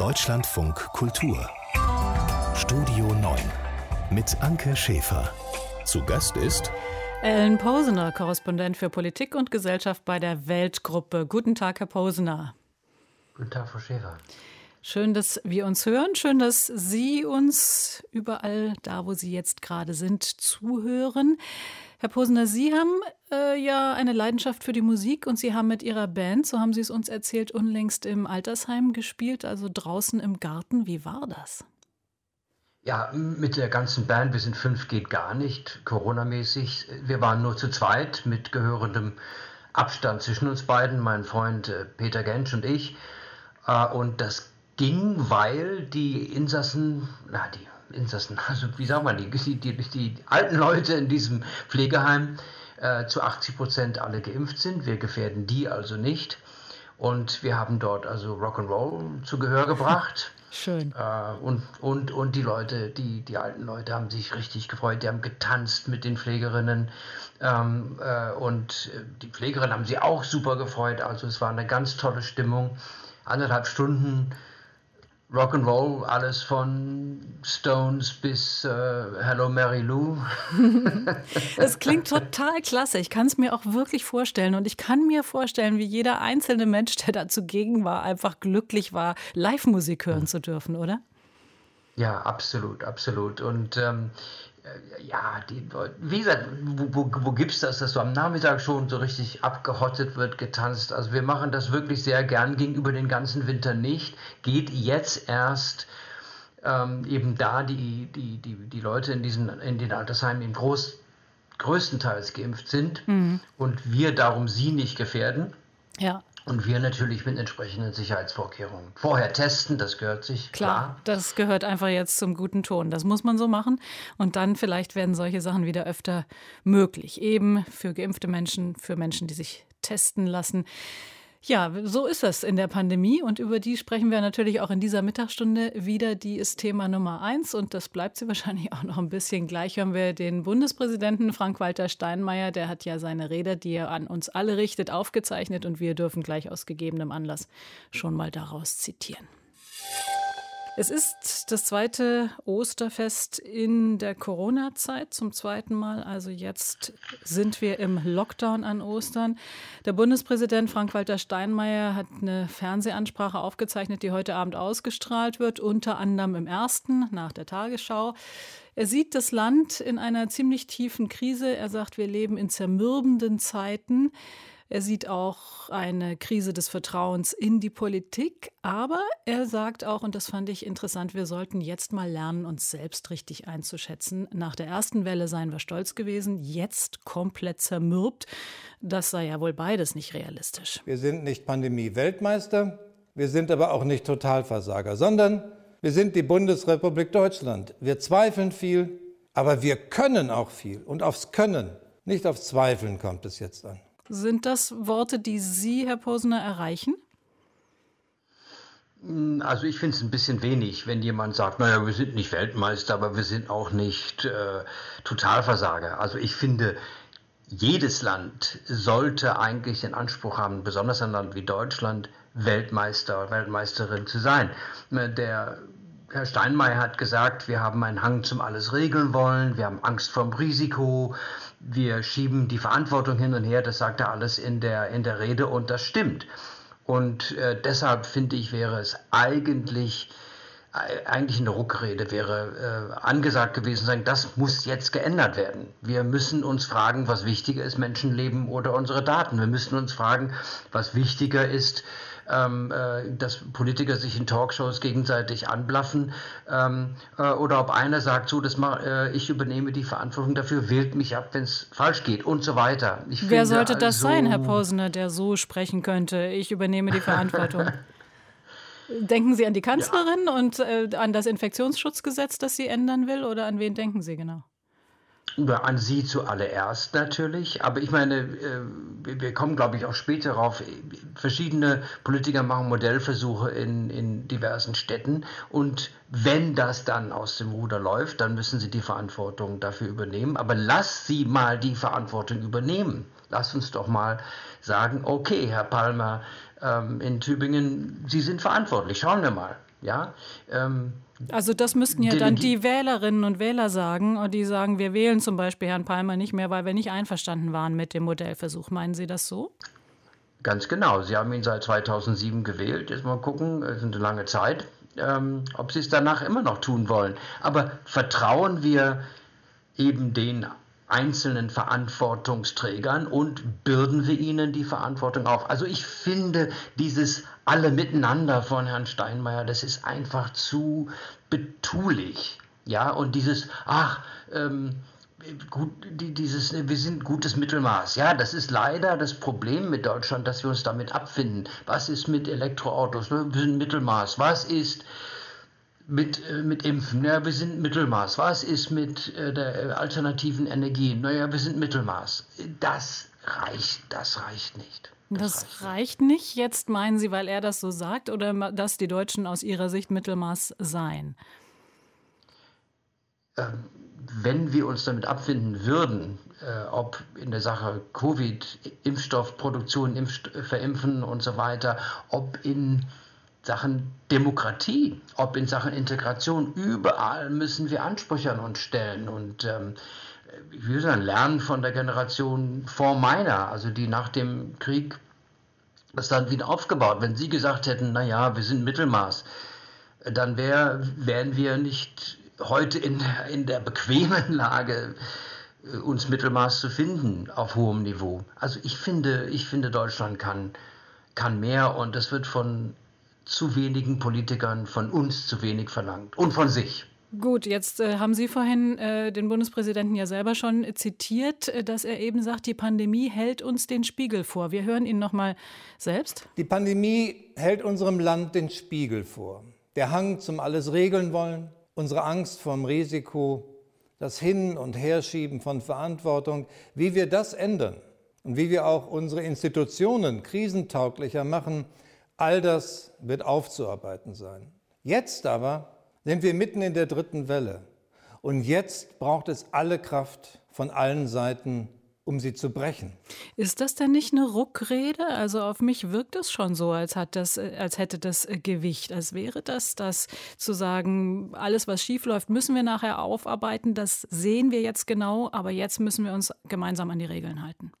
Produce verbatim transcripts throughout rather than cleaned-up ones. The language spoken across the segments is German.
Deutschlandfunk Kultur Studio neun mit Anke Schäfer. Zu Gast ist Alan Posener, Korrespondent für Politik und Gesellschaft bei der Weltgruppe. Guten Tag, Herr Posener. Guten Tag, Frau Schäfer. Schön, dass wir uns hören. Schön, dass Sie uns überall da, wo Sie jetzt gerade sind, zuhören. Herr Posener, Sie haben äh, ja eine Leidenschaft für die Musik und Sie haben mit Ihrer Band, so haben Sie es uns erzählt, unlängst im Altersheim gespielt, also draußen im Garten. Wie war das? Ja, mit der ganzen Band, wir sind fünf, geht gar nicht, Corona-mäßig. Wir waren nur zu zweit mit gehörendem Abstand zwischen uns beiden, mein Freund äh, Peter Gentsch und ich. Äh, und das ging, weil die Insassen, na die Insassen, also wie sagt man, die, die, die, die alten Leute in diesem Pflegeheim äh, zu achtzig Prozent alle geimpft sind. Wir gefährden die also nicht. Und wir haben dort also Rock'n'Roll zu Gehör gebracht. Schön. Äh, und, und, und die Leute, die, die alten Leute haben sich richtig gefreut. Die haben getanzt mit den Pflegerinnen. Ähm, äh, und die Pflegerinnen haben sich auch super gefreut. Also es war eine ganz tolle Stimmung. Anderthalb Stunden Rock'n'Roll, alles von Stones bis äh, Hello Mary Lou. Es klingt total klasse. Ich kann es mir auch wirklich vorstellen. Und ich kann mir vorstellen, wie jeder einzelne Mensch, der da zugegen war, einfach glücklich war, Live-Musik hören zu dürfen, oder? Ja, absolut, absolut. Und ähm, ja, die, wie gesagt, wo, wo, wo gibt es das, dass so am Nachmittag schon so richtig abgehottet wird, getanzt? Also wir machen das wirklich sehr gern, gegenüber den ganzen Winter nicht. Geht jetzt erst ähm, eben da die, die, die, die Leute in, diesen, in den Altersheimen im Groß, größtenteils geimpft sind mhm. und wir darum sie nicht gefährden. Ja. Und wir natürlich mit entsprechenden Sicherheitsvorkehrungen. Vorher testen, das gehört sich, klar. Klar, das gehört einfach jetzt zum guten Ton. Das muss man so machen. Und dann vielleicht werden solche Sachen wieder öfter möglich. Eben für geimpfte Menschen, für Menschen, die sich testen lassen. Ja, so ist es in der Pandemie und über die sprechen wir natürlich auch in dieser Mittagsstunde wieder. Die ist Thema Nummer eins und das bleibt sie wahrscheinlich auch noch ein bisschen. Gleich hören wir den Bundespräsidenten Frank-Walter Steinmeier. Der hat ja seine Rede, die er an uns alle richtet, aufgezeichnet und wir dürfen gleich aus gegebenem Anlass schon mal daraus zitieren. Es ist das zweite Osterfest in der Corona-Zeit, zum zweiten Mal. Also jetzt sind wir im Lockdown an Ostern. Der Bundespräsident Frank-Walter Steinmeier hat eine Fernsehansprache aufgezeichnet, die heute Abend ausgestrahlt wird, unter anderem im Ersten nach der Tagesschau. Er sieht das Land in einer ziemlich tiefen Krise. Er sagt, wir leben in zermürbenden Zeiten. Er sieht auch eine Krise des Vertrauens in die Politik. Aber er sagt auch, und das fand ich interessant, wir sollten jetzt mal lernen, uns selbst richtig einzuschätzen. Nach der ersten Welle seien wir stolz gewesen, jetzt komplett zermürbt. Das sei ja wohl beides nicht realistisch. Wir sind nicht Pandemie-Weltmeister, wir sind aber auch nicht Totalversager, sondern wir sind die Bundesrepublik Deutschland. Wir zweifeln viel, aber wir können auch viel. Und aufs Können, nicht aufs Zweifeln kommt es jetzt an. Sind das Worte, die Sie, Herr Posener, erreichen? Also ich finde es ein bisschen wenig, wenn jemand sagt, naja, wir sind nicht Weltmeister, aber wir sind auch nicht äh, Totalversager. Also ich finde, jedes Land sollte eigentlich den Anspruch haben, besonders ein Land wie Deutschland, Weltmeister, Weltmeisterin zu sein. Der Herr Steinmeier hat gesagt, wir haben einen Hang zum alles regeln wollen, wir haben Angst vorm Risiko, wir schieben die Verantwortung hin und her, das sagt er alles in der, in der Rede und das stimmt. Und äh, deshalb finde ich, wäre es eigentlich, äh, eigentlich eine Ruckrede, wäre äh, angesagt gewesen sein, das muss jetzt geändert werden. Wir müssen uns fragen, was wichtiger ist, Menschenleben oder unsere Daten. Wir müssen uns fragen, was wichtiger ist, Ähm, äh, dass Politiker sich in Talkshows gegenseitig anblaffen ähm, äh, oder ob einer sagt, so, das mach, äh, ich übernehme die Verantwortung dafür, wählt mich ab, wenn es falsch geht und so weiter. Ich Wer finde sollte das also, sein, Herr Posener, der so sprechen könnte? Ich übernehme die Verantwortung. Denken Sie an die Kanzlerin ja. und äh, an das Infektionsschutzgesetz, das sie ändern will, oder an wen denken Sie genau? An Sie zuallererst natürlich, aber ich meine, wir kommen, glaube ich, auch später darauf, verschiedene Politiker machen Modellversuche in, in diversen Städten und wenn das dann aus dem Ruder läuft, dann müssen sie die Verantwortung dafür übernehmen, aber lass sie mal die Verantwortung übernehmen. Lass uns doch mal sagen, okay, Herr Palmer, ähm, in Tübingen, Sie sind verantwortlich, schauen wir mal. Ja, ähm, also das müssten ja dann die Wählerinnen und Wähler sagen, und die sagen, wir wählen zum Beispiel Herrn Palmer nicht mehr, weil wir nicht einverstanden waren mit dem Modellversuch. Meinen Sie das so? Ganz genau. Sie haben ihn seit zweitausendsieben gewählt. Jetzt mal gucken, es ist eine lange Zeit, ähm, ob Sie es danach immer noch tun wollen. Aber vertrauen wir eben den einzelnen Verantwortungsträgern und bürden wir ihnen die Verantwortung auf. Also ich finde dieses alle miteinander von Herrn Steinmeier, das ist einfach zu betulich. Ja, und dieses, ach, ähm, gut, dieses, wir sind gutes Mittelmaß. Ja, das ist leider das Problem mit Deutschland, dass wir uns damit abfinden. Was ist mit Elektroautos? Wir sind Mittelmaß. Was ist Mit, äh, mit Impfen, ja, wir sind Mittelmaß. Was ist mit äh, der äh, alternativen Energien? Naja, wir sind Mittelmaß. Das reicht, das reicht nicht. Das, das reicht, reicht nicht. Jetzt meinen Sie, weil er das so sagt, oder dass die Deutschen aus Ihrer Sicht Mittelmaß seien? Ähm, wenn wir uns damit abfinden würden, äh, ob in der Sache Covid, Impfstoffproduktion, Impf Verimpfen und so weiter, ob in Sachen Demokratie, ob in Sachen Integration, überall müssen wir Ansprüche an uns stellen. Und ähm, ich würde sagen, lernen von der Generation vor meiner, also die nach dem Krieg das dann wieder aufgebaut. Wenn Sie gesagt hätten, naja, wir sind Mittelmaß, dann wär, wären wir nicht heute in der, in der bequemen Lage, uns Mittelmaß zu finden auf hohem Niveau. Also ich finde, ich finde Deutschland kann, kann mehr, und das wird von zu wenigen Politikern, von uns zu wenig verlangt und von sich. Gut, jetzt äh, haben Sie vorhin äh, den Bundespräsidenten ja selber schon äh, zitiert, äh, dass er eben sagt, die Pandemie hält uns den Spiegel vor. Wir hören ihn noch mal selbst. Die Pandemie hält unserem Land den Spiegel vor. Der Hang zum alles regeln wollen, unsere Angst vorm Risiko, das Hin- und Herschieben von Verantwortung, wie wir das ändern und wie wir auch unsere Institutionen krisentauglicher machen, all das wird aufzuarbeiten sein. Jetzt aber sind wir mitten in der dritten Welle. Und jetzt braucht es alle Kraft von allen Seiten, um sie zu brechen. Ist das denn nicht eine Ruckrede? Also auf mich wirkt es schon so, als, hat das, als hätte das Gewicht. Als wäre das das, zu sagen, alles, was schief läuft, müssen wir nachher aufarbeiten. Das sehen wir jetzt genau, aber jetzt müssen wir uns gemeinsam an die Regeln halten.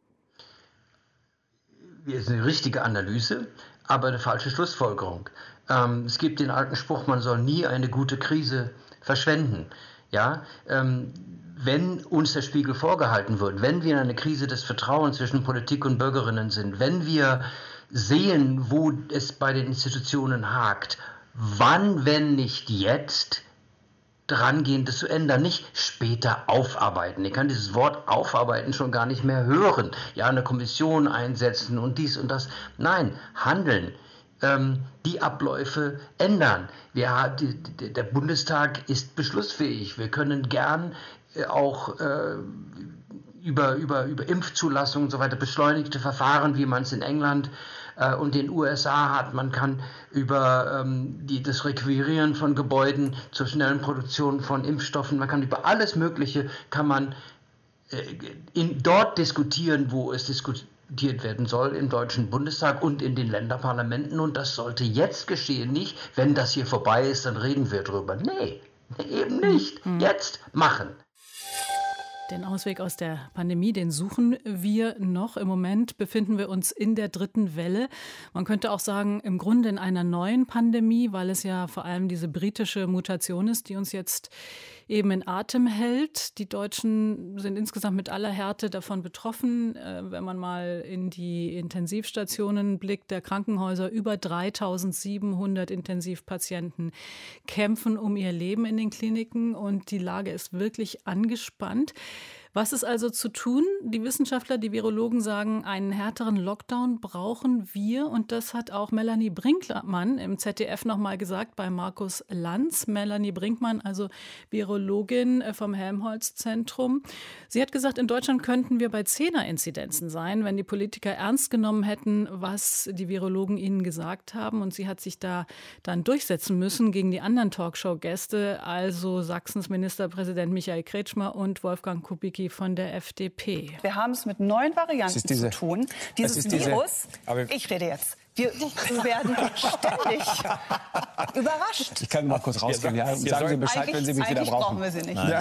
Das ist eine richtige Analyse, aber eine falsche Schlussfolgerung. Ähm, es gibt den alten Spruch, man soll nie eine gute Krise verschwenden. Ja, ähm, wenn uns der Spiegel vorgehalten wird, wenn wir in einer Krise des Vertrauens zwischen Politik und Bürgerinnen sind, wenn wir sehen, wo es bei den Institutionen hakt, wann, wenn nicht jetzt, dran gehen, das zu ändern, nicht später aufarbeiten. Ich kann dieses Wort aufarbeiten schon gar nicht mehr hören. Ja, eine Kommission einsetzen und dies und das. Nein, handeln. Ähm, die Abläufe ändern. Wir, die, die, der Bundestag ist beschlussfähig. Wir können gern äh, auch äh, über, über, über Impfzulassung und so weiter, beschleunigte Verfahren, wie man es in England äh, und den U S A hat. Man kann über ähm, die, das Requirieren von Gebäuden zur schnellen Produktion von Impfstoffen, man kann über alles Mögliche, kann man äh, in, dort diskutieren, wo es diskutiert werden soll, im Deutschen Bundestag und in den Länderparlamenten. Und das sollte jetzt geschehen, nicht, wenn das hier vorbei ist, dann reden wir drüber. Nee, eben nicht. Mhm. Jetzt machen. Den Ausweg aus der Pandemie, den suchen wir noch. Im Moment befinden wir uns in der dritten Welle. Man könnte auch sagen, im Grunde in einer neuen Pandemie, weil es ja vor allem diese britische Mutation ist, die uns jetzt eben in Atem hält. Die Deutschen sind insgesamt mit aller Härte davon betroffen. Wenn man mal in die Intensivstationen blickt, der Krankenhäuser, über dreitausendsiebenhundert Intensivpatienten kämpfen um ihr Leben in den Kliniken und die Lage ist wirklich angespannt. Was ist also zu tun? Die Wissenschaftler, die Virologen sagen, einen härteren Lockdown brauchen wir. Und das hat auch Melanie Brinkmann im Z D F noch mal gesagt bei Markus Lanz. Melanie Brinkmann, also Virologin vom Helmholtz-Zentrum. Sie hat gesagt, in Deutschland könnten wir bei Zehner-Inzidenzen sein, wenn die Politiker ernst genommen hätten, was die Virologen ihnen gesagt haben. Und sie hat sich da dann durchsetzen müssen gegen die anderen Talkshow-Gäste, also Sachsens Ministerpräsident Michael Kretschmer und Wolfgang Kubicki von der F D P. Wir haben es mit neuen Varianten diese, zu tun. Dieses diese, Virus, aber ich rede jetzt, Wir werden ständig überrascht. Ich kann mal kurz rausgehen. Ja, sagen Sie Bescheid, wenn Sie mich wieder brauchen. brauchen wir Sie nicht. Ja.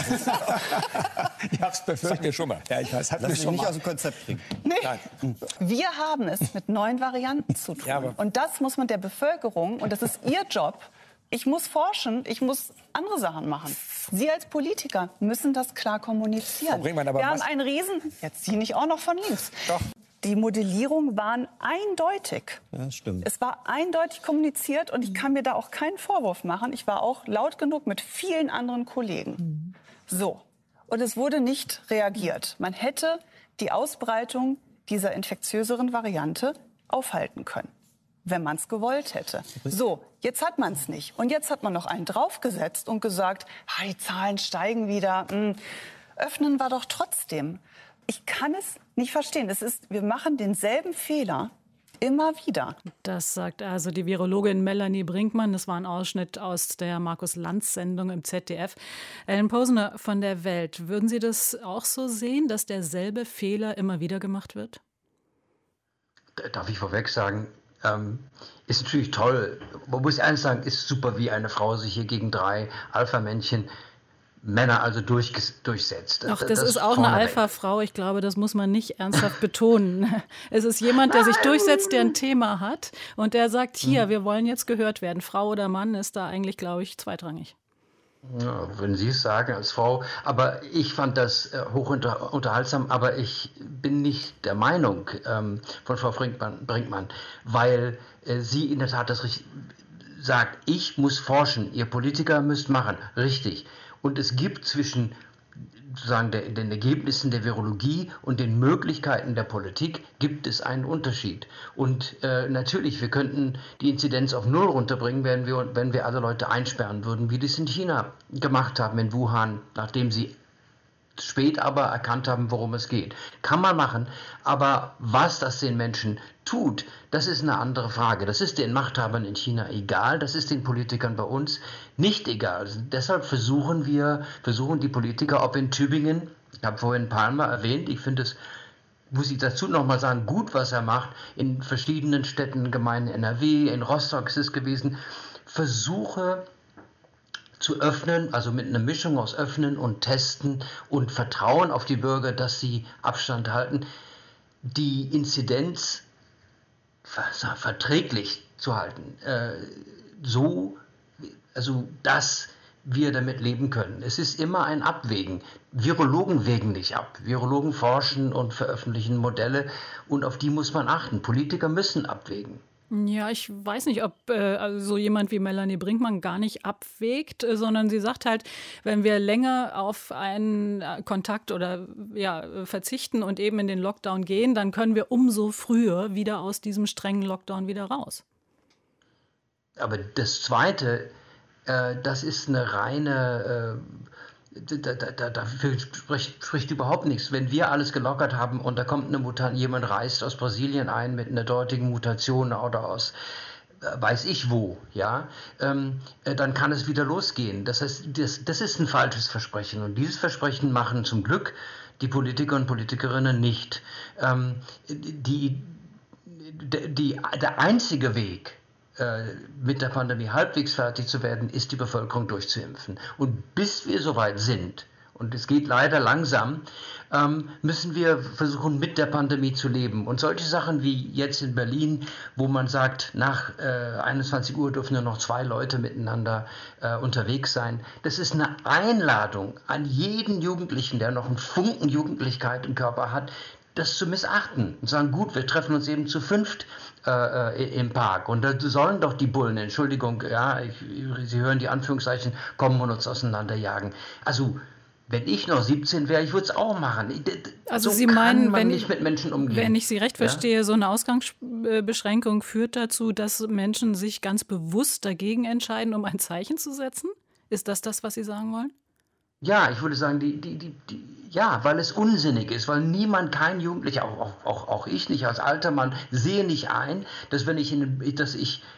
Ich habe es befürchtet. Sag mir schon mal. Ja, ich weiß, hat Lass mir mich schon nicht mal. aus dem Konzept kriegen. Nee. Nein. Wir haben es mit neuen Varianten zu tun. Ja, aber- Und das muss man der Bevölkerung, und das ist Ihr Job, ich muss forschen, ich muss andere Sachen machen. Sie als Politiker müssen das klar kommunizieren. Frau Brinkmann, aber wir haben was- einen Riesen, jetzt ziehe ich auch noch von links. Doch. Die Modellierungen waren eindeutig. Ja, das stimmt. Es war eindeutig kommuniziert und ich kann mir da auch keinen Vorwurf machen. Ich war auch laut genug mit vielen anderen Kollegen. So. Und es wurde nicht reagiert. Man hätte die Ausbreitung dieser infektiöseren Variante aufhalten können, wenn man es gewollt hätte. So, jetzt hat man es nicht. Und jetzt hat man noch einen draufgesetzt und gesagt, ah, die Zahlen steigen wieder. Hm, öffnen wir doch trotzdem. Ich kann es nicht verstehen. Es ist, wir machen denselben Fehler immer wieder. Das sagt also die Virologin Melanie Brinkmann. Das war ein Ausschnitt aus der Markus-Lanz-Sendung im Z D F. Ellen Posner von der Welt, würden Sie das auch so sehen, dass derselbe Fehler immer wieder gemacht wird? Darf ich vorweg sagen, ähm, ist natürlich toll. Man muss eins sagen, ist super, wie eine Frau sich hier gegen drei Alpha-Männchen Männer also durch, durchsetzt. Ach, das, das ist auch eine vorneweg. Alpha-Frau. Ich glaube, das muss man nicht ernsthaft betonen. Es ist jemand, der sich durchsetzt, der ein Thema hat und der sagt, hier, wir wollen jetzt gehört werden. Frau oder Mann ist da eigentlich, glaube ich, zweitrangig. Ja, wenn Sie es sagen als Frau. Aber ich fand das äh, hoch unter, unterhaltsam, aber ich bin nicht der Meinung ähm, von Frau Brinkmann, Brinkmann weil äh, sie in der Tat das richtig sagt, ich muss forschen, ihr Politiker müsst machen. Richtig. Und es gibt zwischen sozusagen der, den Ergebnissen der Virologie und den Möglichkeiten der Politik gibt es einen Unterschied. Und äh, natürlich, wir könnten die Inzidenz auf Null runterbringen, wenn wir, wenn wir alle Leute einsperren würden, wie die es in China gemacht haben, in Wuhan, nachdem sie spät aber erkannt haben, worum es geht. Kann man machen, aber was das den Menschen tut, das ist eine andere Frage. Das ist den Machthabern in China egal, das ist den Politikern bei uns nicht egal. Also deshalb versuchen wir, versuchen die Politiker, ob in Tübingen, ich habe vorhin Palmer erwähnt, ich finde es, muss ich dazu nochmal sagen, gut, was er macht, in verschiedenen Städten, Gemeinden N R W, in Rostock ist es gewesen, Versuche zu öffnen, also mit einer Mischung aus Öffnen und Testen und Vertrauen auf die Bürger, dass sie Abstand halten, die Inzidenz verträglich zu halten, äh, so, also dass wir damit leben können. Es ist immer ein Abwägen. Virologen wägen nicht ab. Virologen forschen und veröffentlichen Modelle und auf die muss man achten. Politiker müssen abwägen. Ja, ich weiß nicht, ob äh, also so jemand wie Melanie Brinkmann gar nicht abwägt, äh, sondern sie sagt halt, wenn wir länger auf einen äh, Kontakt oder ja, verzichten und eben in den Lockdown gehen, dann können wir umso früher wieder aus diesem strengen Lockdown wieder raus. Aber das Zweite, äh, das ist eine reine... Äh, Da, da, dafür spricht, spricht überhaupt nichts. Wenn wir alles gelockert haben und da kommt eine Mutation, jemand reist aus Brasilien ein mit einer dortigen Mutation oder aus äh, weiß ich wo, ja, ähm, äh, dann kann es wieder losgehen. Das heißt, das, das ist ein falsches Versprechen und dieses Versprechen machen zum Glück die Politiker und Politikerinnen nicht. Ähm, die, die, die, der einzige Weg, mit der Pandemie halbwegs fertig zu werden, ist die Bevölkerung durchzuimpfen. Und bis wir soweit sind, und es geht leider langsam, ähm, müssen wir versuchen, mit der Pandemie zu leben. Und solche Sachen wie jetzt in Berlin, wo man sagt, nach äh, einundzwanzig Uhr dürfen nur noch zwei Leute miteinander äh, unterwegs sein, das ist eine Einladung an jeden Jugendlichen, der noch einen Funken Jugendlichkeit im Körper hat, das zu missachten und sagen, gut, wir treffen uns eben zu fünft äh, im Park und da sollen doch die Bullen, Entschuldigung, ja, ich, Sie hören die Anführungszeichen, kommen und uns auseinanderjagen. Also, wenn ich noch siebzehn wäre, ich würde es auch machen. Also so Sie kann meinen, man wenn nicht ich, mit Menschen umgehen. Wenn ich Sie recht Ja? verstehe, so eine Ausgangsbeschränkung führt dazu, dass Menschen sich ganz bewusst dagegen entscheiden, um ein Zeichen zu setzen? Ist das das, was Sie sagen wollen? Ja, ich würde sagen, die, die, die, die, ja, weil es unsinnig ist, weil niemand, kein Jugendlicher, auch, auch, auch, auch ich nicht als alter Mann, sehe nicht ein, dass wenn ich, in, dass ich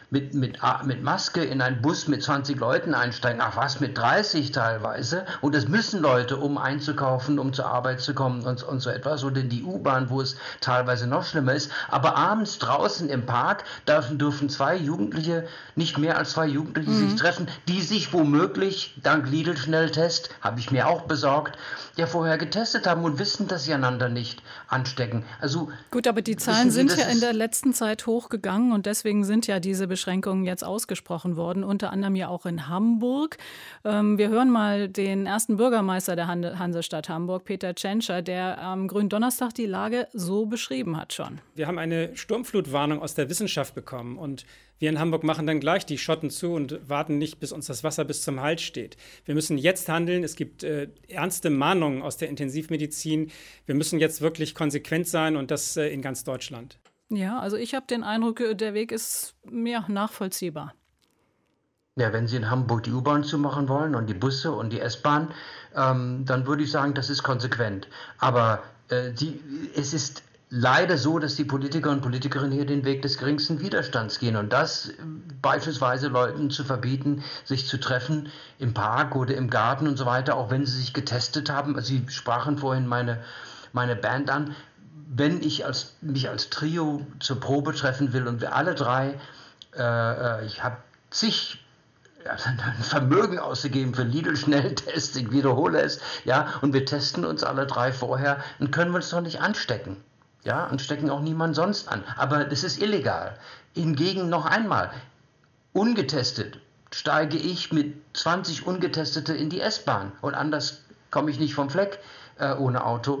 mit, mit, mit Maske in einen Bus mit zwanzig Leuten einsteigen, ach was, mit dreißig teilweise. Und das müssen Leute, um einzukaufen, um zur Arbeit zu kommen und, und so etwas. Oder in die U-Bahn, wo es teilweise noch schlimmer ist. Aber abends draußen im Park dürfen, dürfen zwei Jugendliche, nicht mehr als zwei Jugendliche mhm. sich treffen, die sich womöglich, dank Lidl-Schnelltest, habe ich mir auch besorgt, ja vorher getestet haben und wissen, dass sie einander nicht anstecken. Also, gut, aber die Zahlen sind ja in der letzten Zeit hochgegangen und deswegen sind ja diese Beschränkungen jetzt ausgesprochen worden, unter anderem ja auch in Hamburg. Ähm, wir hören mal den ersten Bürgermeister der Hansestadt Hamburg, Peter Tschentscher, der am Gründonnerstag die Lage so beschrieben hat schon. Wir haben eine Sturmflutwarnung aus der Wissenschaft bekommen und wir in Hamburg machen dann gleich die Schotten zu und warten nicht, bis uns das Wasser bis zum Hals steht. Wir müssen jetzt handeln. Es gibt äh, ernste Mahnungen aus der Intensivmedizin. Wir müssen jetzt wirklich konsequent sein und das äh, in ganz Deutschland. Ja, also ich habe den Eindruck, der Weg ist ja, nachvollziehbar. Ja, wenn Sie in Hamburg die U-Bahn zumachen wollen und die Busse und die S-Bahn, ähm, dann würde ich sagen, das ist konsequent. Aber äh, die, es ist leider so, dass die Politiker und Politikerinnen hier den Weg des geringsten Widerstands gehen. Und das beispielsweise Leuten zu verbieten, sich zu treffen im Park oder im Garten und so weiter, auch wenn sie sich getestet haben. Sie sprachen vorhin meine, meine Band an. Wenn ich als, mich als Trio zur Probe treffen will und wir alle drei, äh, ich habe zig ein Vermögen ausgegeben für Lidl-Schnelltest, ich wiederhole es, ja, und wir testen uns alle drei vorher, dann können wir uns doch nicht anstecken. Ja, und stecken auch niemand sonst an. Aber das ist illegal. Hingegen noch einmal, ungetestet steige ich mit zwanzig Ungetestete in die S-Bahn und anders komme ich nicht vom Fleck äh, ohne Auto.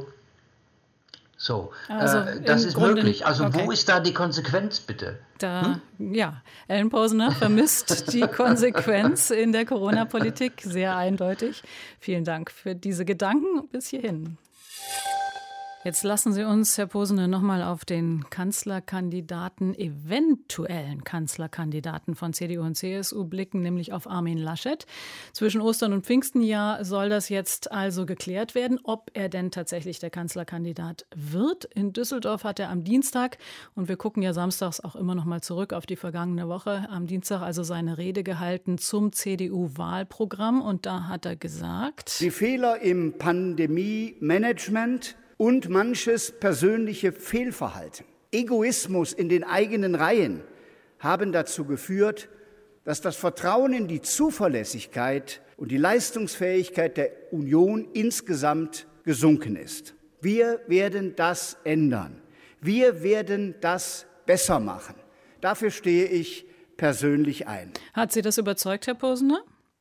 So, also äh, das ist Grunde, möglich. Also okay. Wo ist da die Konsequenz, bitte? Da, hm? Ja, Ellen Posener vermisst die Konsequenz in der Corona-Politik sehr eindeutig. Vielen Dank für diese Gedanken bis hierhin. Jetzt lassen Sie uns, Herr Posener, noch mal auf den Kanzlerkandidaten, eventuellen Kanzlerkandidaten von C D U und C S U blicken, nämlich auf Armin Laschet. Zwischen Ostern und Pfingstenjahr soll das jetzt also geklärt werden, ob er denn tatsächlich der Kanzlerkandidat wird. In Düsseldorf hat er am Dienstag, und wir gucken ja samstags auch immer noch mal zurück auf die vergangene Woche, am Dienstag also seine Rede gehalten zum C D U-Wahlprogramm. Und da hat er gesagt: Die Fehler im Pandemie-Management und manches persönliche Fehlverhalten, Egoismus in den eigenen Reihen haben dazu geführt, dass das Vertrauen in die Zuverlässigkeit und die Leistungsfähigkeit der Union insgesamt gesunken ist. Wir werden das ändern. Wir werden das besser machen. Dafür stehe ich persönlich ein. Hat Sie das überzeugt, Herr Posener?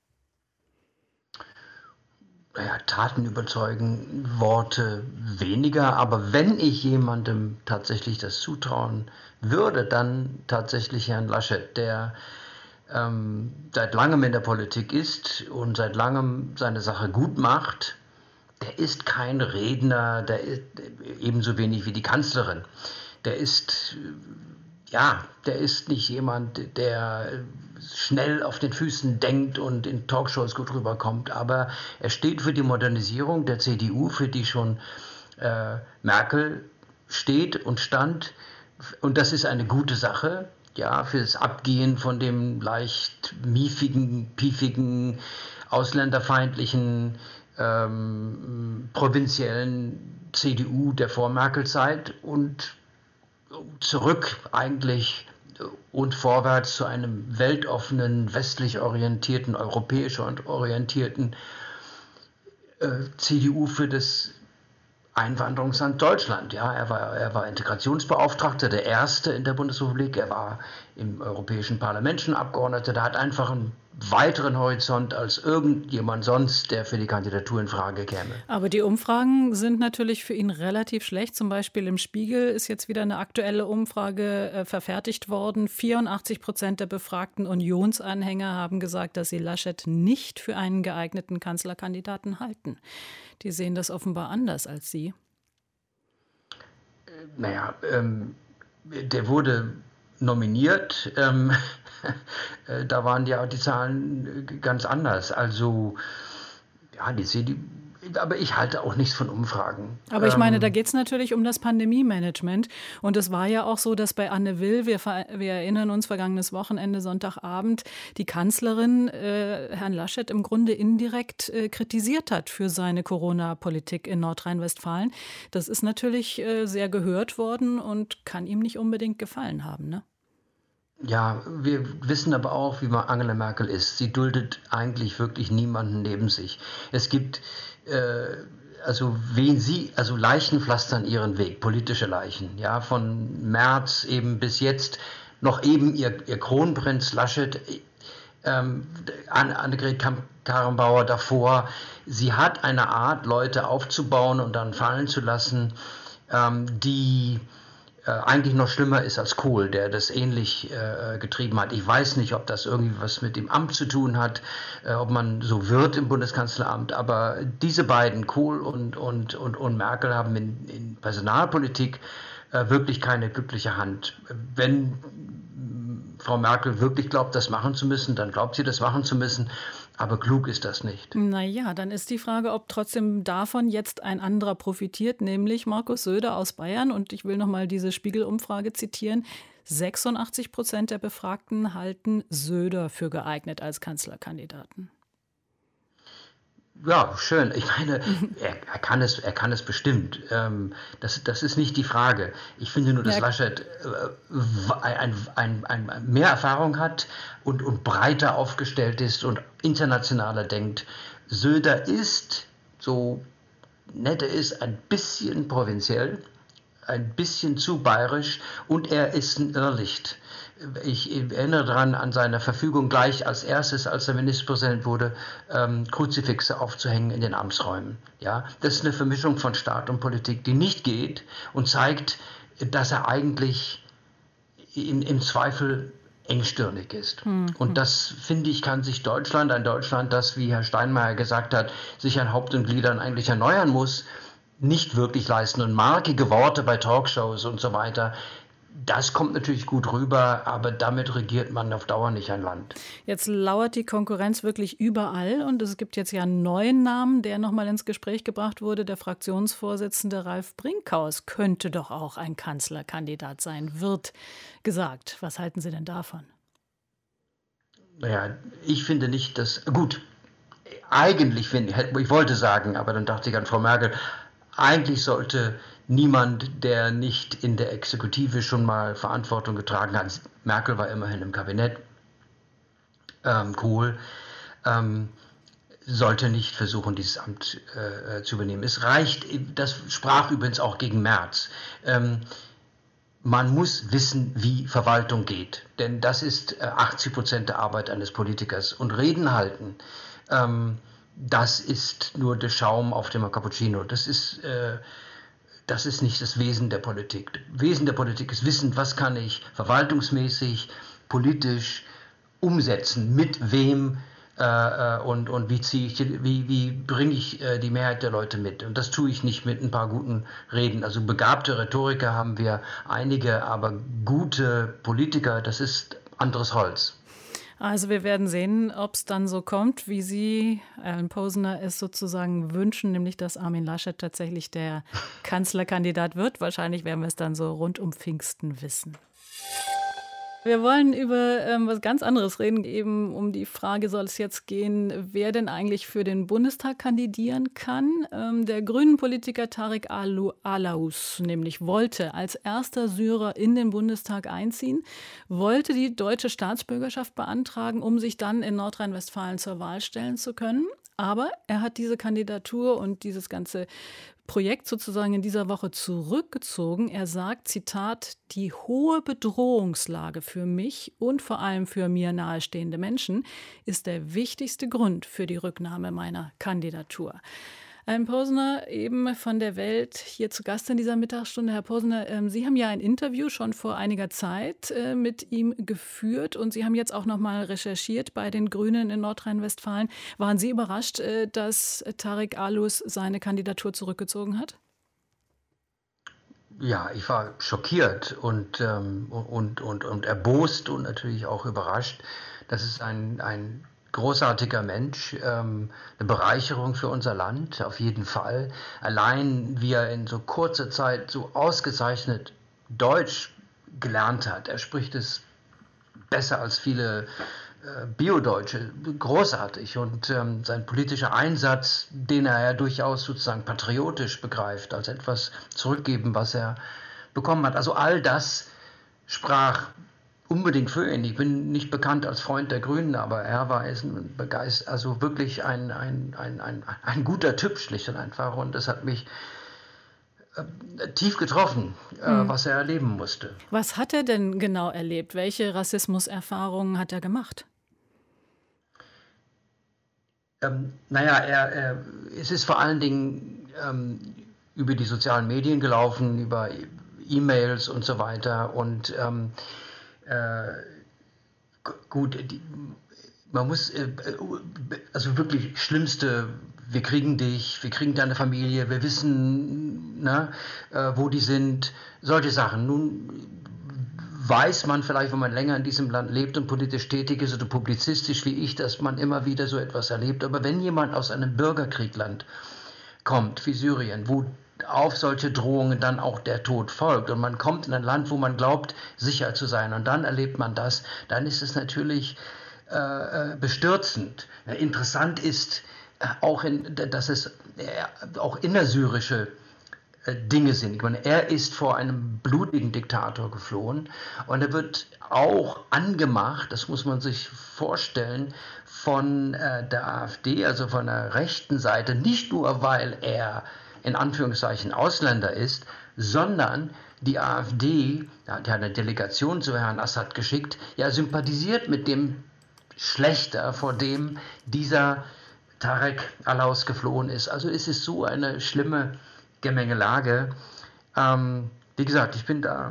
Naja, Taten überzeugen, Worte weniger, aber wenn ich jemandem tatsächlich das zutrauen würde, dann tatsächlich Herrn Laschet, der ähm, seit langem in der Politik ist und seit langem seine Sache gut macht. Der ist kein Redner, der ist ebenso wenig wie die Kanzlerin. Der ist, ja, der ist nicht jemand, der schnell auf den Füßen denkt und in Talkshows gut rüberkommt, aber er steht für die Modernisierung der C D U, für die schon äh, Merkel steht und stand, und das ist eine gute Sache, ja, für das Abgehen von dem leicht miefigen, piefigen, ausländerfeindlichen, ähm, provinziellen C D U der Vor-Merkel-Zeit und zurück eigentlich und vorwärts zu einem weltoffenen, westlich orientierten, europäisch orientierten äh, C D U für das Einwanderungsland Deutschland. Ja, er war, er war Integrationsbeauftragter, der erste in der Bundesrepublik. Er war im Europäischen Parlament schon Abgeordneter. Der hat einfach einen weiteren Horizont als irgendjemand sonst, der für die Kandidatur in Frage käme. Aber die Umfragen sind natürlich für ihn relativ schlecht. Zum Beispiel im Spiegel ist jetzt wieder eine aktuelle Umfrage äh, verfertigt worden. vierundachtzig Prozent der befragten Unionsanhänger haben gesagt, dass sie Laschet nicht für einen geeigneten Kanzlerkandidaten halten. Die sehen das offenbar anders als Sie. Naja, ähm, der wurde nominiert. Ähm, da waren ja die Zahlen ganz anders. Also, ja, die C D U, Aber ich halte auch nichts von Umfragen. Aber ich meine, da geht es natürlich um das Pandemie-Management. Und es war ja auch so, dass bei Anne Will, wir, wir erinnern uns, vergangenes Wochenende, Sonntagabend, die Kanzlerin äh, Herrn Laschet im Grunde indirekt äh, kritisiert hat für seine Corona-Politik in Nordrhein-Westfalen. Das ist natürlich äh, sehr gehört worden und kann ihm nicht unbedingt gefallen haben, ne? Ja, wir wissen aber auch, wie Angela Merkel ist. Sie duldet eigentlich wirklich niemanden neben sich. Es gibt, äh, also wen sie, also Leichen pflastern ihren Weg, politische Leichen. Ja, von März eben bis jetzt noch eben ihr, ihr Kronprinz Laschet, ähm, Annegret Kramp-Karrenbauer davor. Sie hat eine Art, Leute aufzubauen und dann fallen zu lassen, ähm, die eigentlich noch schlimmer ist als Kohl, der das ähnlich äh, getrieben hat. Ich weiß nicht, ob das irgendwie was mit dem Amt zu tun hat, äh, ob man so wird im Bundeskanzleramt, aber diese beiden, Kohl und, und, und, und Merkel, haben in, in Personalpolitik äh, wirklich keine glückliche Hand. Wenn Frau Merkel wirklich glaubt, das machen zu müssen, dann glaubt sie, das machen zu müssen. Aber klug ist das nicht. Naja, dann ist die Frage, ob trotzdem davon jetzt ein anderer profitiert, nämlich Markus Söder aus Bayern. Und ich will noch mal diese Spiegel-Umfrage zitieren. sechsundachtzig Prozent der Befragten halten Söder für geeignet als Kanzlerkandidaten. Ja, schön. Ich meine, er, er, kann, es, er kann es bestimmt. Ähm, das, das ist nicht die Frage. Ich finde nur, dass ja. Laschet äh, ein, ein, ein, ein mehr Erfahrung hat und, und breiter aufgestellt ist und internationaler denkt. Söder ist, so nett er ist, ein bisschen provinziell, ein bisschen zu bayerisch und er ist ein Irrlicht. Ich erinnere daran an seine Verfügung, gleich als erstes, als er Ministerpräsident wurde, ähm, Kruzifixe aufzuhängen in den Amtsräumen. Ja, das ist eine Vermischung von Staat und Politik, die nicht geht und zeigt, dass er eigentlich im, im Zweifel engstirnig ist. Mhm. Und das, finde ich, kann sich Deutschland, ein Deutschland, das, wie Herr Steinmeier gesagt hat, sich an Haupt und Gliedern eigentlich erneuern muss, nicht wirklich leisten. Und markige Worte bei Talkshows und so weiter, das kommt natürlich gut rüber, aber damit regiert man auf Dauer nicht ein Land. Jetzt lauert die Konkurrenz wirklich überall und es gibt jetzt ja einen neuen Namen, der nochmal ins Gespräch gebracht wurde. Der Fraktionsvorsitzende Ralf Brinkhaus könnte doch auch ein Kanzlerkandidat sein, wird gesagt. Was halten Sie denn davon? Naja, ich finde nicht, dass... Gut, eigentlich finde ich, ich wollte sagen, aber dann dachte ich an Frau Merkel, eigentlich sollte niemand, der nicht in der Exekutive schon mal Verantwortung getragen hat, Merkel war immerhin im Kabinett, ähm, Kohl, ähm, sollte nicht versuchen, dieses Amt äh, zu übernehmen. Es reicht, das sprach übrigens auch gegen Merz, ähm, man muss wissen, wie Verwaltung geht, denn das ist äh, achtzig Prozent der Arbeit eines Politikers. Und Reden halten, ähm, das ist nur der Schaum auf dem Cappuccino. Das ist, äh, das ist nicht das Wesen der Politik. Wesen der Politik ist wissen, was kann ich verwaltungsmäßig, politisch umsetzen, mit wem äh, und, und wie ziehe ich, wie, wie bringe ich äh, die Mehrheit der Leute mit. Und das tue ich nicht mit ein paar guten Reden. Also begabte Rhetoriker haben wir einige, aber gute Politiker, das ist anderes Holz. Also wir werden sehen, ob es dann so kommt, wie Sie, Alan Posner, es sozusagen wünschen, nämlich dass Armin Laschet tatsächlich der Kanzlerkandidat wird. Wahrscheinlich werden wir es dann so rund um Pfingsten wissen. Wir wollen über ähm, was ganz anderes reden, eben um die Frage, soll es jetzt gehen, wer denn eigentlich für den Bundestag kandidieren kann. Ähm, der Grünen-Politiker Tarek Al-Alaous nämlich wollte als erster Syrer in den Bundestag einziehen, wollte die deutsche Staatsbürgerschaft beantragen, um sich dann in Nordrhein-Westfalen zur Wahl stellen zu können. Aber er hat diese Kandidatur und dieses ganze Projekt sozusagen in dieser Woche zurückgezogen. Er sagt, Zitat, die hohe Bedrohungslage für mich und vor allem für mir nahestehende Menschen ist der wichtigste Grund für die Rücknahme meiner Kandidatur. Alan Posner, eben von der Welt, hier zu Gast in dieser Mittagsstunde. Herr Posner, äh, Sie haben ja ein Interview schon vor einiger Zeit äh, mit ihm geführt und Sie haben jetzt auch noch mal recherchiert bei den Grünen in Nordrhein-Westfalen. Waren Sie überrascht, äh, dass Tarek Alaous seine Kandidatur zurückgezogen hat? Ja, ich war schockiert und, ähm, und, und, und erbost und natürlich auch überrascht, dass es ein, ein großartiger Mensch, ähm, eine Bereicherung für unser Land, auf jeden Fall. Allein wie er in so kurzer Zeit so ausgezeichnet Deutsch gelernt hat. Er spricht es besser als viele äh, Bio-Deutsche, großartig. Und ähm, sein politischer Einsatz, den er ja durchaus sozusagen patriotisch begreift, als etwas zurückgeben, was er bekommen hat. Also all das sprach unbedingt für ihn. Ich bin nicht bekannt als Freund der Grünen, aber er war begeistert, also wirklich ein, ein, ein, ein, ein guter Typ, schlicht und einfach. Und das hat mich äh, tief getroffen, äh, hm. was er erleben musste. Was hat er denn genau erlebt? Welche Rassismuserfahrungen hat er gemacht? Ähm, naja, er, er, es ist vor allen Dingen ähm, über die sozialen Medien gelaufen, über E-Mails und so weiter. Und ähm, äh, gut, die, man muss, äh, also wirklich Schlimmste, wir kriegen dich, wir kriegen deine Familie, wir wissen, ne, äh, wo die sind, solche Sachen. Nun weiß man vielleicht, wenn man länger in diesem Land lebt und politisch tätig ist oder publizistisch wie ich, dass man immer wieder so etwas erlebt. Aber wenn jemand aus einem Bürgerkriegland kommt, wie Syrien, wo auf solche Drohungen dann auch der Tod folgt und man kommt in ein Land, wo man glaubt, sicher zu sein und dann erlebt man das, dann ist es natürlich äh, bestürzend. Interessant ist äh, auch, in, dass es äh, auch innersyrische äh, Dinge sind. Ich meine, er ist vor einem blutigen Diktator geflohen und er wird auch angemacht, das muss man sich vorstellen, von äh, der AfD, also von der rechten Seite, nicht nur, weil er in Anführungszeichen Ausländer ist, sondern die AfD, die hat eine Delegation zu Herrn Assad geschickt, ja sympathisiert mit dem Schlechter, vor dem dieser Tarek Alaus geflohen ist. Also es ist so eine schlimme Gemengelage. Ähm, wie gesagt, ich bin da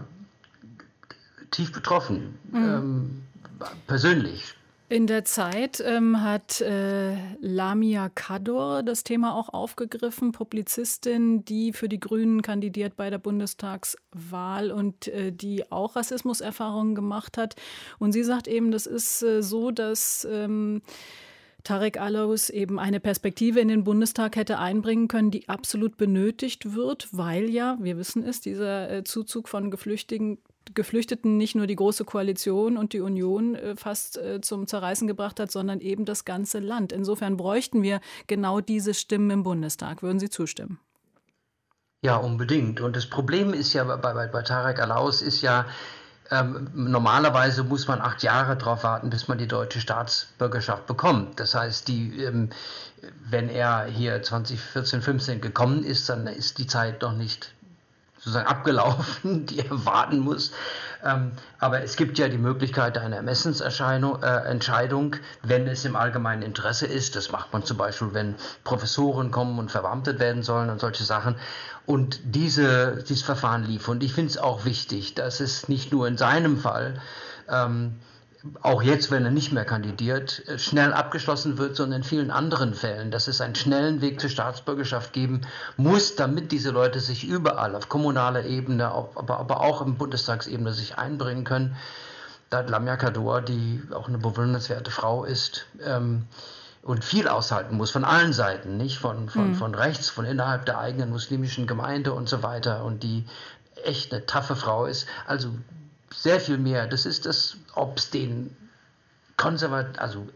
tief betroffen, mhm. ähm, persönlich. In der Zeit ähm, hat äh, Lamia Kador das Thema auch aufgegriffen, Publizistin, die für die Grünen kandidiert bei der Bundestagswahl und äh, die auch Rassismuserfahrungen gemacht hat. Und sie sagt eben, das ist äh, so, dass ähm, Tarek Alaus eben eine Perspektive in den Bundestag hätte einbringen können, die absolut benötigt wird, weil ja, wir wissen es, dieser äh, Zuzug von Geflüchteten Geflüchteten nicht nur die Große Koalition und die Union äh, fast äh, zum Zerreißen gebracht hat, sondern eben das ganze Land. Insofern bräuchten wir genau diese Stimmen im Bundestag. Würden Sie zustimmen? Ja, unbedingt. Und das Problem ist ja bei, bei, bei Tarek Alaus ist ja, ähm, normalerweise muss man acht Jahre darauf warten, bis man die deutsche Staatsbürgerschaft bekommt. Das heißt, die, ähm, wenn er hier zwanzig vierzehn, fünfzehn gekommen ist, dann ist die Zeit noch nicht sozusagen abgelaufen, die er warten muss. Ähm, aber es gibt ja die Möglichkeit einer Ermessensentscheidung, äh, wenn es im allgemeinen Interesse ist. Das macht man zum Beispiel, wenn Professoren kommen und verbeamtet werden sollen und solche Sachen. Und diese, dieses Verfahren lief. Und ich finde es auch wichtig, dass es nicht nur in seinem Fall, ähm, auch jetzt, wenn er nicht mehr kandidiert, schnell abgeschlossen wird, sondern in vielen anderen Fällen, dass es einen schnellen Weg zur Staatsbürgerschaft geben muss, damit diese Leute sich überall auf kommunaler Ebene, aber, aber auch im Bundestagsebene sich einbringen können. Da hat Lamia Kador, die auch eine bewundernswerte Frau ist, ähm, und viel aushalten muss, von allen Seiten, nicht von, von, mhm. von rechts, von innerhalb der eigenen muslimischen Gemeinde und so weiter, und die echt eine taffe Frau ist. Also sehr viel mehr. Das ist das, ob es den Konservat also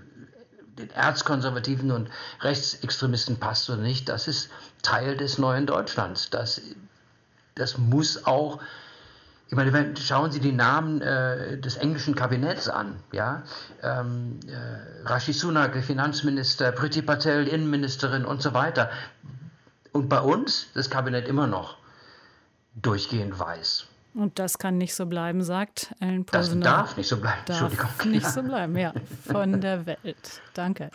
den Erzkonservativen und Rechtsextremisten passt oder nicht. Das ist Teil des neuen Deutschlands. Das, das muss auch, ich meine, schauen Sie die Namen äh, des englischen Kabinetts an. Ja? Ähm, äh, Rishi Sunak, Finanzminister, Priti Patel, Innenministerin und so weiter. Und bei uns das Kabinett immer noch durchgehend weiß. Und das kann nicht so bleiben, sagt Alan Posener. Das darf nicht so bleiben, darf Entschuldigung. nicht so bleiben, ja, von der Welt. Danke.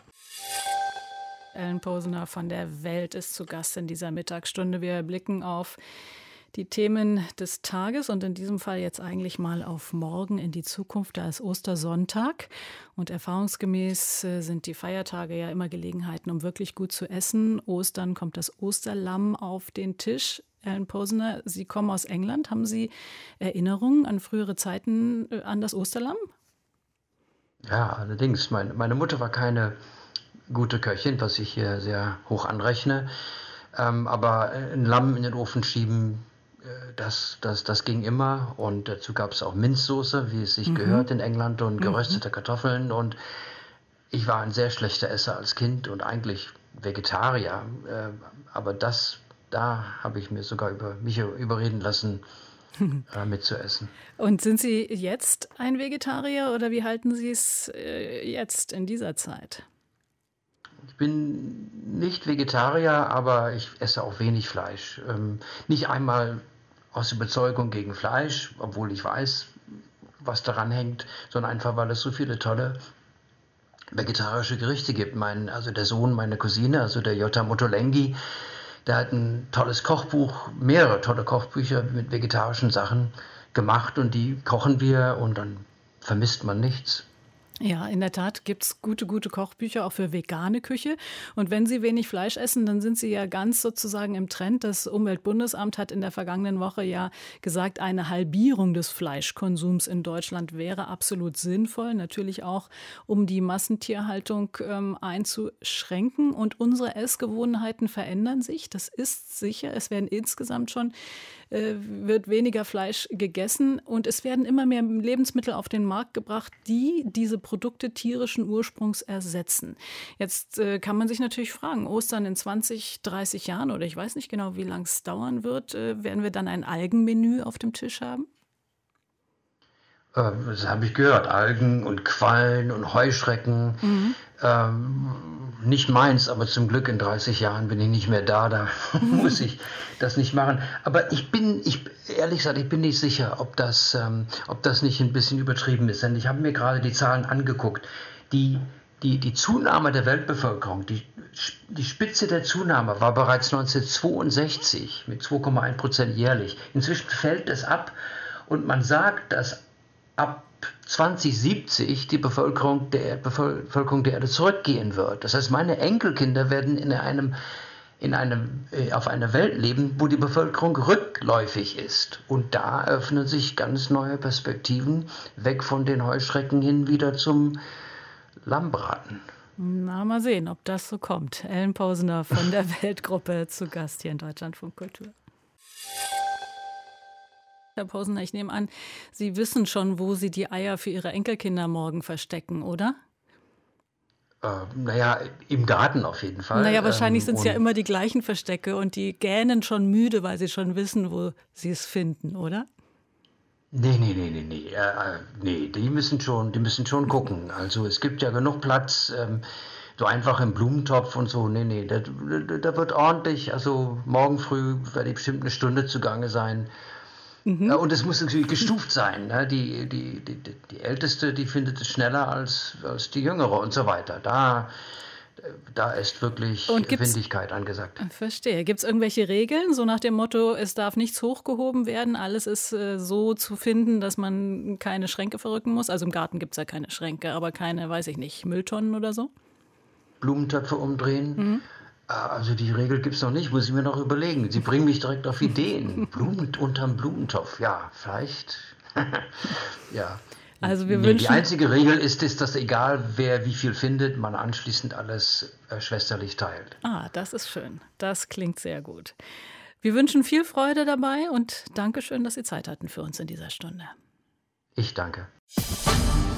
Alan Posener von der Welt ist zu Gast in dieser Mittagsstunde. Wir blicken auf die Themen des Tages und in diesem Fall jetzt eigentlich mal auf morgen in die Zukunft. Da ist Ostersonntag und erfahrungsgemäß sind die Feiertage ja immer Gelegenheiten, um wirklich gut zu essen. Ostern kommt das Osterlamm auf den Tisch. Alan Posener, Sie kommen aus England. Haben Sie Erinnerungen an frühere Zeiten an das Osterlamm? Ja, allerdings. Meine, meine Mutter war keine gute Köchin, was ich hier sehr hoch anrechne. Ähm, aber ein Lamm in den Ofen schieben, äh, das, das, das ging immer. Und dazu gab es auch Minzsoße, wie es sich mhm. gehört in England, und geröstete mhm. Kartoffeln. Und ich war ein sehr schlechter Esser als Kind und eigentlich Vegetarier. Äh, aber das, da habe ich mir sogar über mich überreden lassen, äh, mitzuessen. Und sind Sie jetzt ein Vegetarier oder wie halten Sie es äh, jetzt in dieser Zeit? Ich bin nicht Vegetarier, aber ich esse auch wenig Fleisch. Ähm, nicht einmal aus Überzeugung gegen Fleisch, obwohl ich weiß, was daran hängt, sondern einfach, weil es so viele tolle vegetarische Gerichte gibt. Mein, also der Sohn meiner Cousine, also der Jota Motolengi, der hat ein tolles Kochbuch, mehrere tolle Kochbücher mit vegetarischen Sachen gemacht und die kochen wir und dann vermisst man nichts. Ja, in der Tat gibt es gute, gute Kochbücher auch für vegane Küche. Und wenn Sie wenig Fleisch essen, dann sind Sie ja ganz sozusagen im Trend. Das Umweltbundesamt hat in der vergangenen Woche ja gesagt, eine Halbierung des Fleischkonsums in Deutschland wäre absolut sinnvoll. Natürlich auch, um die Massentierhaltung ähm, einzuschränken. Und unsere Essgewohnheiten verändern sich. Das ist sicher. Es werden insgesamt schon äh, wird weniger Fleisch gegessen. Und es werden immer mehr Lebensmittel auf den Markt gebracht, die diese Produkte tierischen Ursprungs ersetzen. Jetzt äh, kann man sich natürlich fragen, Ostern in zwanzig, dreißig Jahren oder ich weiß nicht genau, wie lange es dauern wird, äh, werden wir dann ein Algenmenü auf dem Tisch haben? Äh, das habe ich gehört. Algen und Quallen und Heuschrecken. Mhm. Ähm, nicht meins, aber zum Glück in dreißig Jahren bin ich nicht mehr da, da muss ich das nicht machen. Aber ich bin, ich, ehrlich gesagt, ich bin nicht sicher, ob das, ähm, ob das nicht ein bisschen übertrieben ist. Denn ich habe mir gerade die Zahlen angeguckt. Die, die, die Zunahme der Weltbevölkerung, die, die Spitze der Zunahme war bereits neunzehnhundertzweiundsechzig mit zwei Komma eins Prozent jährlich. Inzwischen fällt es ab und man sagt, dass ab zwanzig siebzig die Bevölkerung der, Bevölkerung der Erde zurückgehen wird. Das heißt, meine Enkelkinder werden in einem, in einem, äh, auf einer Welt leben, wo die Bevölkerung rückläufig ist. Und da öffnen sich ganz neue Perspektiven, weg von den Heuschrecken hin wieder zum Lammbraten. Na, mal sehen, ob das so kommt. Ellen Pausener von der Weltgruppe zu Gast hier in Deutschlandfunk Kultur. Herr Pausener, ich nehme an, Sie wissen schon, wo Sie die Eier für Ihre Enkelkinder morgen verstecken, oder? Äh, naja, im Garten auf jeden Fall. Naja, wahrscheinlich ähm, sind es ja und immer die gleichen Verstecke und die gähnen schon müde, weil sie schon wissen, wo sie es finden, oder? Nee, nee, nee, nee, nee. Äh, nee, die müssen schon, die müssen schon gucken. Also es gibt ja genug Platz, ähm, so einfach im Blumentopf und so. Nee, nee, da, da wird ordentlich, also morgen früh werde ich bestimmt eine Stunde zugange sein. Mhm. Und es muss natürlich gestuft sein. Ne? Die, die, die, die Älteste, die findet es schneller als, als die Jüngere und so weiter. Da, da ist wirklich Windigkeit angesagt. Verstehe. Gibt es irgendwelche Regeln, so nach dem Motto, es darf nichts hochgehoben werden, alles ist äh, so zu finden, dass man keine Schränke verrücken muss? Also im Garten gibt es ja keine Schränke, aber keine, weiß ich nicht, Mülltonnen oder so? Blumentöpfe umdrehen? Mhm. Also die Regel gibt es noch nicht, muss ich mir noch überlegen. Sie bringen mich direkt auf Ideen. Blumen unterm Blumentopf, ja, vielleicht. Ja. Also wir nee, wünschen... Die einzige Regel ist, ist, dass egal wer wie viel findet, man anschließend alles äh, schwesterlich teilt. Ah, das ist schön. Das klingt sehr gut. Wir wünschen viel Freude dabei und Dankeschön, dass Sie Zeit hatten für uns in dieser Stunde. Ich danke.